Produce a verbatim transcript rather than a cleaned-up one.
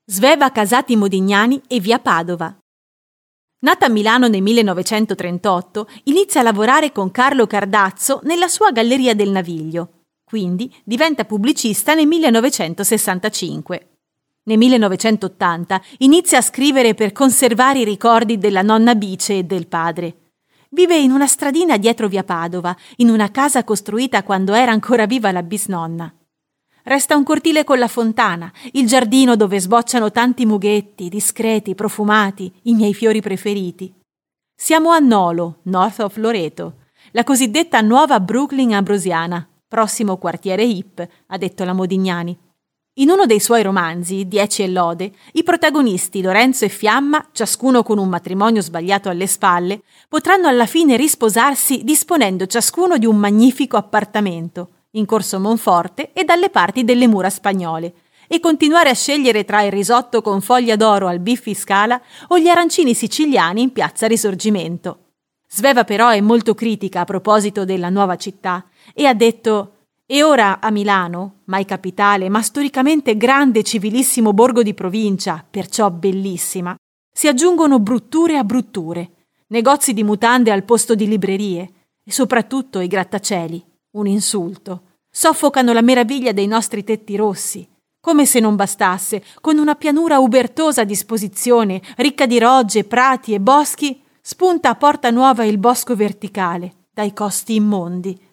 Sveva Casati Modignani e via Padova. Nata a Milano nel millenovecentotrentotto, inizia a lavorare con Carlo Cardazzo nella sua Galleria del Naviglio, quindi diventa pubblicista nel millenovecentosessantacinque. Nel millenovecentottanta inizia a scrivere per conservare i ricordi della nonna Bice e del padre. Vive in una stradina dietro via Padova, in una casa costruita quando era ancora viva la bisnonna. Resta un cortile con la fontana, il giardino dove sbocciano tanti mughetti, discreti, profumati, i miei fiori preferiti. Siamo a Nolo, North of Loreto, la cosiddetta nuova Brooklyn ambrosiana, prossimo quartiere hip, ha detto la Modignani. In uno dei suoi romanzi, Dieci e lode, i protagonisti Lorenzo e Fiamma, ciascuno con un matrimonio sbagliato alle spalle, potranno alla fine risposarsi disponendo ciascuno di un magnifico appartamento in Corso Monforte e dalle parti delle mura spagnole, e continuare a scegliere tra il risotto con foglia d'oro al Biffi Scala o gli arancini siciliani in piazza Risorgimento. Sveva però è molto critica a proposito della nuova città e ha detto: «E ora a Milano, mai capitale, ma storicamente grande e civilissimo borgo di provincia, perciò bellissima, si aggiungono brutture a brutture, negozi di mutande al posto di librerie e soprattutto i grattacieli, un insulto. Soffocano la meraviglia dei nostri tetti rossi. Come se non bastasse, con una pianura ubertosa a disposizione, ricca di rogge, prati e boschi, spunta a Porta Nuova il bosco verticale, dai costi immondi,